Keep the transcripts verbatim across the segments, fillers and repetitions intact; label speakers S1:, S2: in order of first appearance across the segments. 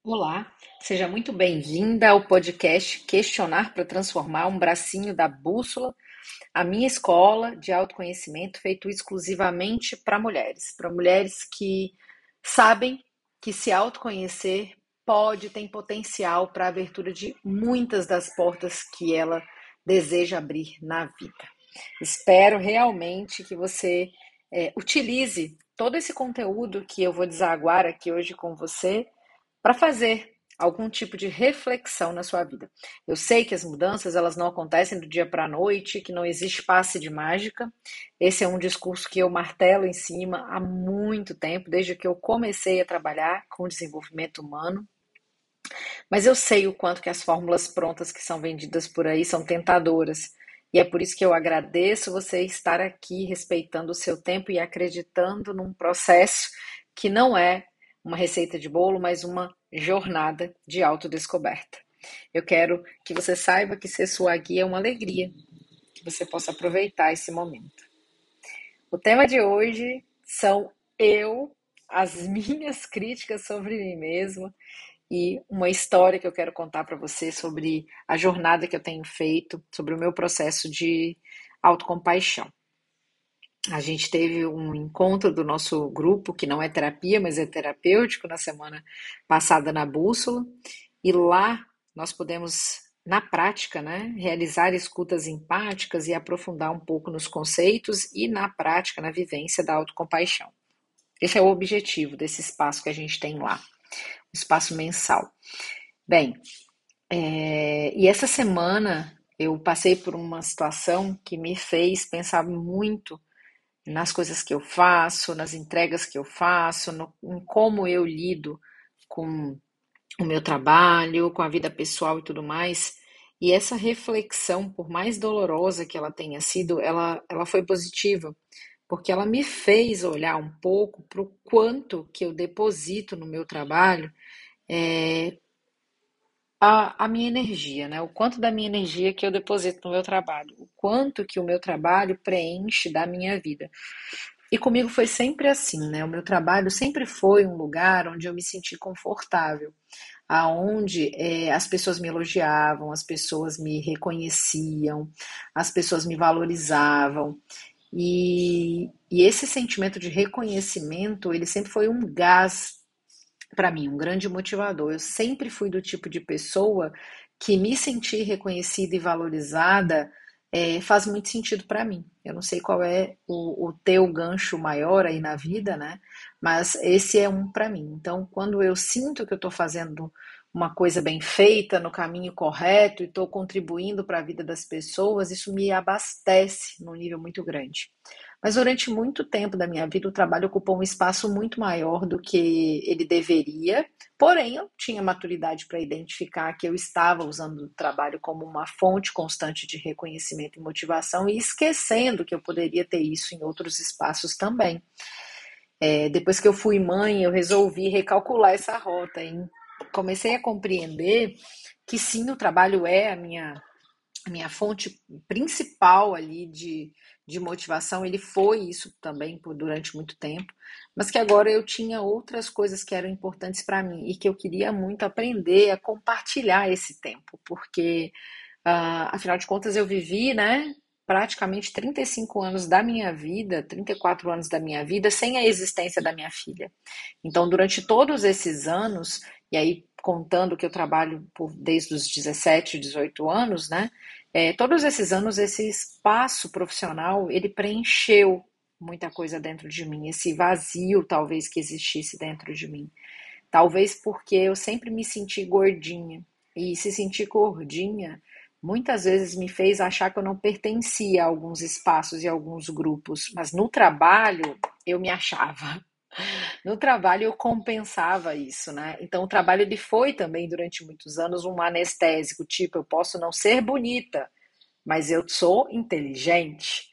S1: Olá, seja muito bem-vinda ao podcast Questionar para Transformar, um bracinho da Bússola, a minha escola de autoconhecimento feito exclusivamente para mulheres, para mulheres que sabem que se autoconhecer pode, tem potencial para a abertura de muitas das portas que ela deseja abrir na vida. Espero realmente que você é, utilize todo esse conteúdo que eu vou desaguar aqui hoje com você para fazer algum tipo de reflexão na sua vida. Eu sei que as mudanças elas não acontecem do dia para a noite, que não existe passe de mágica. Esse é um discurso que eu martelo em cima há muito tempo, desde que eu comecei a trabalhar com desenvolvimento humano. Mas eu sei o quanto que as fórmulas prontas que são vendidas por aí são tentadoras. E é por isso que eu agradeço você estar aqui respeitando o seu tempo e acreditando num processo que não é uma receita de bolo, mas uma jornada de autodescoberta. Eu quero que você saiba que ser sua guia é uma alegria, que você possa aproveitar esse momento. O tema de hoje são eu, as minhas críticas sobre mim mesma e uma história que eu quero contar para você sobre a jornada que eu tenho feito, sobre o meu processo de autocompaixão. A gente teve um encontro do nosso grupo, que não é terapia, mas é terapêutico, na semana passada na Bússola, e lá nós podemos, na prática, né, realizar escutas empáticas e aprofundar um pouco nos conceitos e na prática, na vivência da autocompaixão. Esse é o objetivo desse espaço que a gente tem lá, um espaço mensal. Bem, é, e essa semana eu passei por uma situação que me fez pensar muito nas coisas que eu faço, nas entregas que eu faço, no, em como eu lido com o meu trabalho, com a vida pessoal e tudo mais. E essa reflexão, por mais dolorosa que ela tenha sido, ela, ela foi positiva, porque ela me fez olhar um pouco para o quanto que eu deposito no meu trabalho é, a, a minha energia, né? O quanto da minha energia que eu deposito no meu trabalho, o quanto que o meu trabalho preenche da minha vida. E comigo foi sempre assim, né? O meu trabalho sempre foi um lugar onde eu me senti confortável, aonde eh, as pessoas me elogiavam, as pessoas me reconheciam, as pessoas me valorizavam. E, e esse sentimento de reconhecimento, ele sempre foi um gás para mim, um grande motivador. Eu sempre fui do tipo de pessoa que me sentir reconhecida e valorizada é, faz muito sentido para mim. Eu não sei qual é o, o teu gancho maior aí na vida, né? Mas esse é um para mim. Então, quando eu sinto que eu estou fazendo uma coisa bem feita, no caminho correto e estou contribuindo para a vida das pessoas, isso me abastece num nível muito grande. Mas durante muito tempo da minha vida, o trabalho ocupou um espaço muito maior do que ele deveria. Porém, eu tinha maturidade para identificar que eu estava usando o trabalho como uma fonte constante de reconhecimento e motivação e esquecendo que eu poderia ter isso em outros espaços também. É, depois que eu fui mãe, eu resolvi recalcular essa rota e comecei a compreender que sim, o trabalho é a minha a minha fonte principal ali de, de motivação, ele foi isso também por durante muito tempo, mas que agora eu tinha outras coisas que eram importantes para mim e que eu queria muito aprender a compartilhar esse tempo, porque ah, afinal de contas eu vivi, né, praticamente trinta e cinco anos da minha vida, trinta e quatro anos da minha vida sem a existência da minha filha. Então, durante todos esses anos, e aí contando que eu trabalho por, desde os dezessete, dezoito anos, né? É, todos esses anos, esse espaço profissional, ele preencheu muita coisa dentro de mim, esse vazio talvez que existisse dentro de mim. Talvez porque eu sempre me senti gordinha. E se sentir gordinha muitas vezes me fez achar que eu não pertencia a alguns espaços e a alguns grupos, mas no trabalho eu me achava. No trabalho eu compensava isso, né? Então o trabalho ele foi também durante muitos anos um anestésico, tipo, eu posso não ser bonita, mas eu sou inteligente.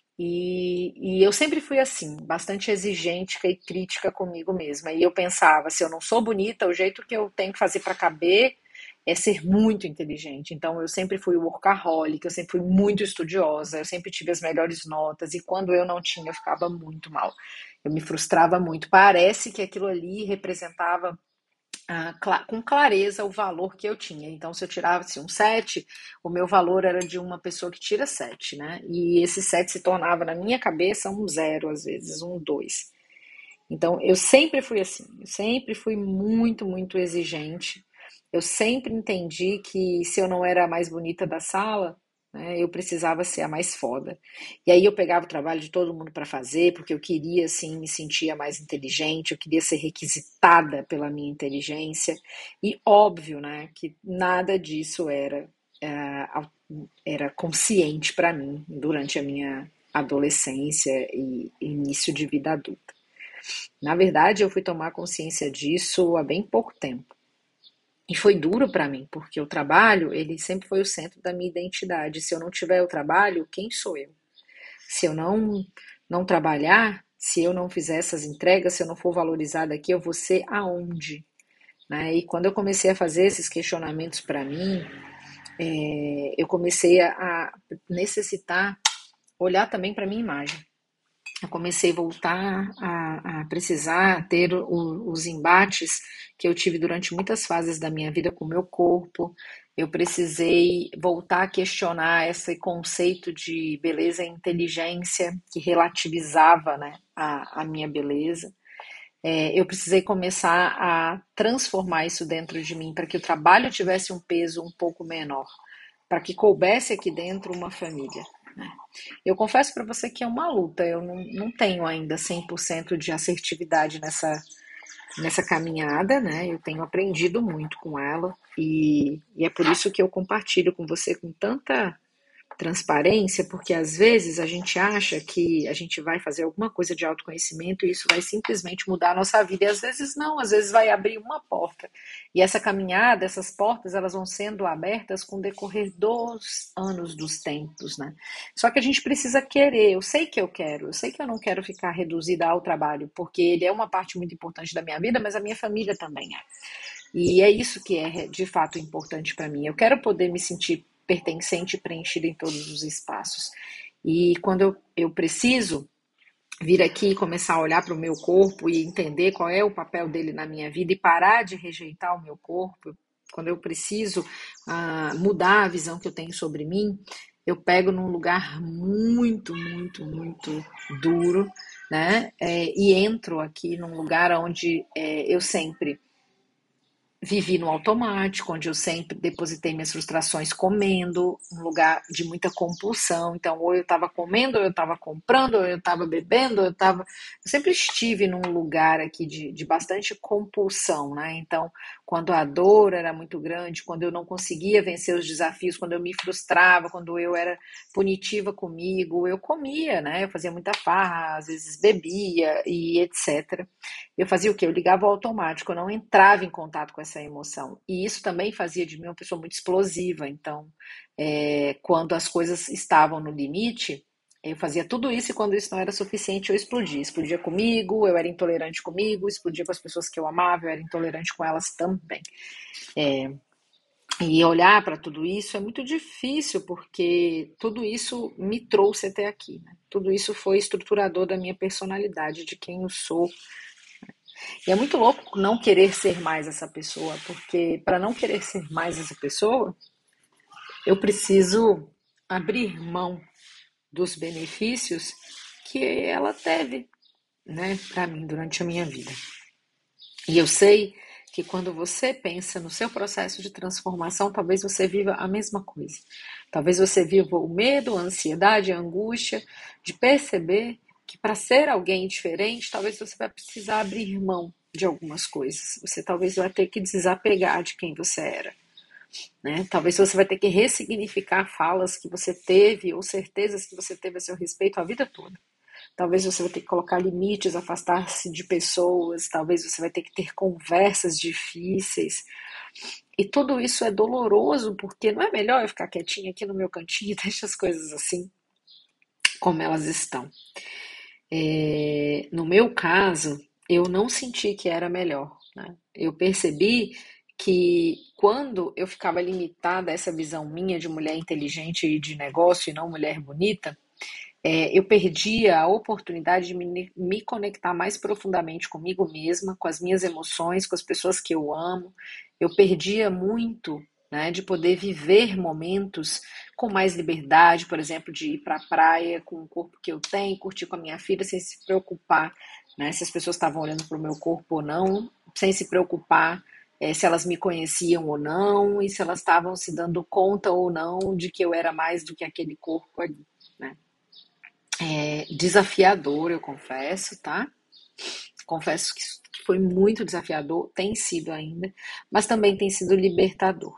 S1: E, e eu sempre fui assim, bastante exigente e crítica comigo mesma. E eu pensava, se eu não sou bonita, o jeito que eu tenho que fazer para caber é ser muito inteligente. Então eu sempre fui workaholic, eu sempre fui muito estudiosa, eu sempre tive as melhores notas. E quando eu não tinha, eu ficava muito mal. Eu me frustrava muito. Parece que aquilo ali representava ah, cla- com clareza o valor que eu tinha. Então, se eu tirasse um sete, o meu valor era de uma pessoa que tira sete, né? E esse sete se tornava, na minha cabeça, um zero, às vezes, um dois. Então, eu sempre fui assim, eu sempre fui muito, muito exigente. Eu sempre entendi que se eu não era a mais bonita da sala, né, eu precisava ser a mais foda. E aí eu pegava o trabalho de todo mundo para fazer, porque eu queria, assim, me sentir a mais inteligente, eu queria ser requisitada pela minha inteligência. E óbvio, né, que nada disso era, eh, era consciente para mim durante a minha adolescência e início de vida adulta. Na verdade, eu fui tomar consciência disso há bem pouco tempo. E foi duro para mim, porque o trabalho, ele sempre foi o centro da minha identidade. Se eu não tiver o trabalho, quem sou eu? Se eu não não trabalhar, se eu não fizer essas entregas, se eu não for valorizada aqui, eu vou ser aonde? Né? E quando eu comecei a fazer esses questionamentos para mim, é, eu comecei a, a necessitar olhar também para minha imagem. Eu comecei a voltar a, a precisar ter o, os embates que eu tive durante muitas fases da minha vida com o meu corpo. Eu precisei voltar a questionar esse conceito de beleza e inteligência que relativizava, né, a, a minha beleza. É, eu precisei começar a transformar isso dentro de mim para que o trabalho tivesse um peso um pouco menor, para que coubesse aqui dentro uma família. Eu confesso para você que é uma luta, eu não, não tenho ainda cem por cento de assertividade nessa, nessa caminhada, né? Eu tenho aprendido muito com ela e, e é por isso que eu compartilho com você com tanta transparência, porque às vezes a gente acha que a gente vai fazer alguma coisa de autoconhecimento e isso vai simplesmente mudar a nossa vida, e às vezes não, às vezes vai abrir uma porta. E essa caminhada, essas portas, elas vão sendo abertas com o decorrer dos anos, dos tempos, né? Só que a gente precisa querer, eu sei que eu quero, eu sei que eu não quero ficar reduzida ao trabalho, porque ele é uma parte muito importante da minha vida, mas a minha família também é. E é isso que é de fato importante para mim. Eu quero poder me sentir pertencente e preenchida em todos os espaços. E quando eu, eu preciso vir aqui e começar a olhar para o meu corpo e entender qual é o papel dele na minha vida e parar de rejeitar o meu corpo, quando eu preciso ah, mudar a visão que eu tenho sobre mim, eu pego num lugar muito, muito, muito duro, né? É, e entro aqui num lugar onde é, eu sempre vivi no automático, onde eu sempre depositei minhas frustrações comendo, um lugar de muita compulsão. Então, ou eu estava comendo, ou eu estava comprando, ou eu estava bebendo, ou eu estava. Eu sempre estive num lugar aqui de, de bastante compulsão, né? Então, quando a dor era muito grande, quando eu não conseguia vencer os desafios, quando eu me frustrava, quando eu era punitiva comigo, eu comia, né? Eu fazia muita farra, às vezes bebia e etcétera. Eu fazia o quê? Eu ligava ao automático, eu não entrava em contato com essa emoção. E isso também fazia de mim uma pessoa muito explosiva. Então, é, quando as coisas estavam no limite, eu fazia tudo isso e quando isso não era suficiente, eu explodia. Explodia comigo, eu era intolerante comigo, explodia com as pessoas que eu amava, eu era intolerante com elas também. É, e olhar para tudo isso é muito difícil, porque tudo isso me trouxe até aqui, né? Tudo isso foi estruturador da minha personalidade, de quem eu sou. E é muito louco não querer ser mais essa pessoa, porque para não querer ser mais essa pessoa, eu preciso abrir mão dos benefícios que ela teve, né, para mim durante a minha vida. E eu sei que quando você pensa no seu processo de transformação, talvez você viva a mesma coisa. Talvez você viva o medo, a ansiedade, a angústia de perceber que para ser alguém diferente, talvez você vai precisar abrir mão de algumas coisas. Você talvez vai ter que desapegar de quem você era, né? Talvez você vai ter que ressignificar falas que você teve ou certezas que você teve a seu respeito a vida toda. Talvez você vai ter que colocar limites, afastar-se de pessoas, talvez você vai ter que ter conversas difíceis. E tudo isso é doloroso, porque não é melhor eu ficar quietinha aqui no meu cantinho e deixar as coisas assim como elas estão. É, no meu caso, eu não senti que era melhor, né? Eu percebi que quando eu ficava limitada a essa visão minha de mulher inteligente e de negócio e não mulher bonita, É, eu perdia a oportunidade de me, me conectar mais profundamente comigo mesma, com as minhas emoções, com as pessoas que eu amo. Eu perdia muito, né, de poder viver momentos com mais liberdade, por exemplo, de ir para a praia com o corpo que eu tenho, curtir com a minha filha sem se preocupar, né, se as pessoas estavam olhando para o meu corpo ou não, sem se preocupar é, se elas me conheciam ou não e se elas estavam se dando conta ou não de que eu era mais do que aquele corpo ali, né? É desafiador, eu confesso, tá? Confesso que foi muito desafiador, tem sido ainda, mas também tem sido libertador.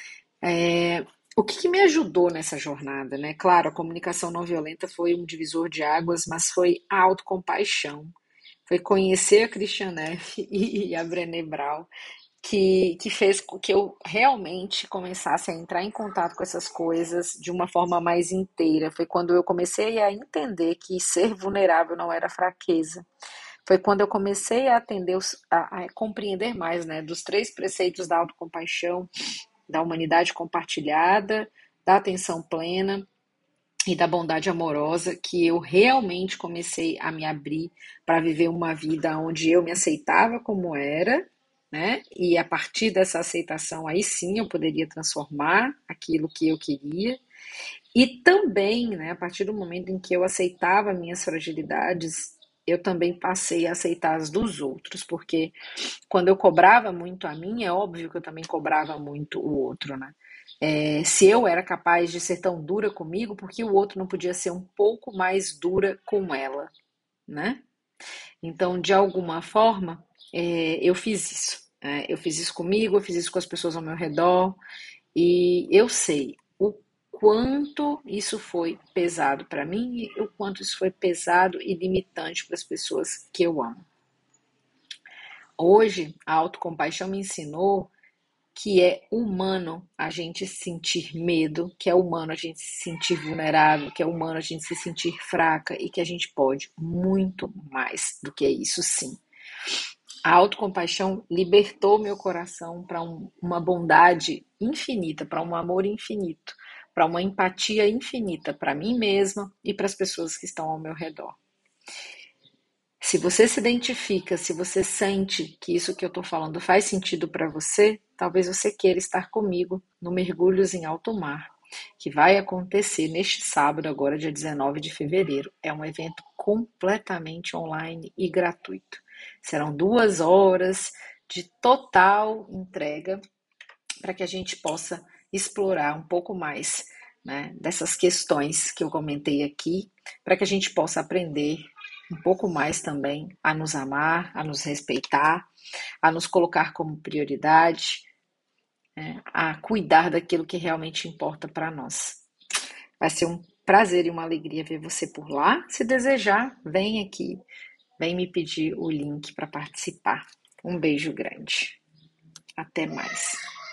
S1: É, o que, que me ajudou nessa jornada, né? Claro, a comunicação não violenta foi um divisor de águas, mas foi a autocompaixão. Foi conhecer a Christiane F. e a Brené Brown que, que fez com que eu realmente começasse a entrar em contato com essas coisas de uma forma mais inteira. Foi quando eu comecei a entender que ser vulnerável não era fraqueza. Foi quando eu comecei a atender, os- a, a compreender mais, né, dos três preceitos da autocompaixão, da humanidade compartilhada, da atenção plena e da bondade amorosa, que eu realmente comecei a me abrir para viver uma vida onde eu me aceitava como era, né? E a partir dessa aceitação, aí sim eu poderia transformar aquilo que eu queria. E também, né, a partir do momento em que eu aceitava minhas fragilidades, eu também passei a aceitar as dos outros, porque quando eu cobrava muito a mim, é óbvio que eu também cobrava muito o outro, né? É, se eu era capaz de ser tão dura comigo, por que o outro não podia ser um pouco mais dura com ela, né? Então, de alguma forma, é, eu fiz isso. É, eu fiz isso comigo, eu fiz isso com as pessoas ao meu redor, e eu sei o quanto isso foi pesado para mim e o quanto isso foi pesado e limitante para as pessoas que eu amo. Hoje, a autocompaixão me ensinou que é humano a gente sentir medo, que é humano a gente se sentir vulnerável, que é humano a gente se sentir fraca e que a gente pode muito mais do que isso, sim. A autocompaixão libertou meu coração para um, uma bondade infinita, para um amor infinito, para uma empatia infinita para mim mesma e para as pessoas que estão ao meu redor. Se você se identifica, se você sente que isso que eu estou falando faz sentido para você, talvez você queira estar comigo no Mergulhos em Alto Mar, que vai acontecer neste sábado, agora dia dezenove de fevereiro. É um evento completamente online e gratuito. Serão duas horas de total entrega para que a gente possa explorar um pouco mais, né, dessas questões que eu comentei aqui, para que a gente possa aprender um pouco mais também a nos amar, a nos respeitar, a nos colocar como prioridade, né, a cuidar daquilo que realmente importa para nós. Vai ser um prazer e uma alegria ver você por lá. Se desejar, vem aqui, vem me pedir o link para participar. Um beijo grande. Até mais.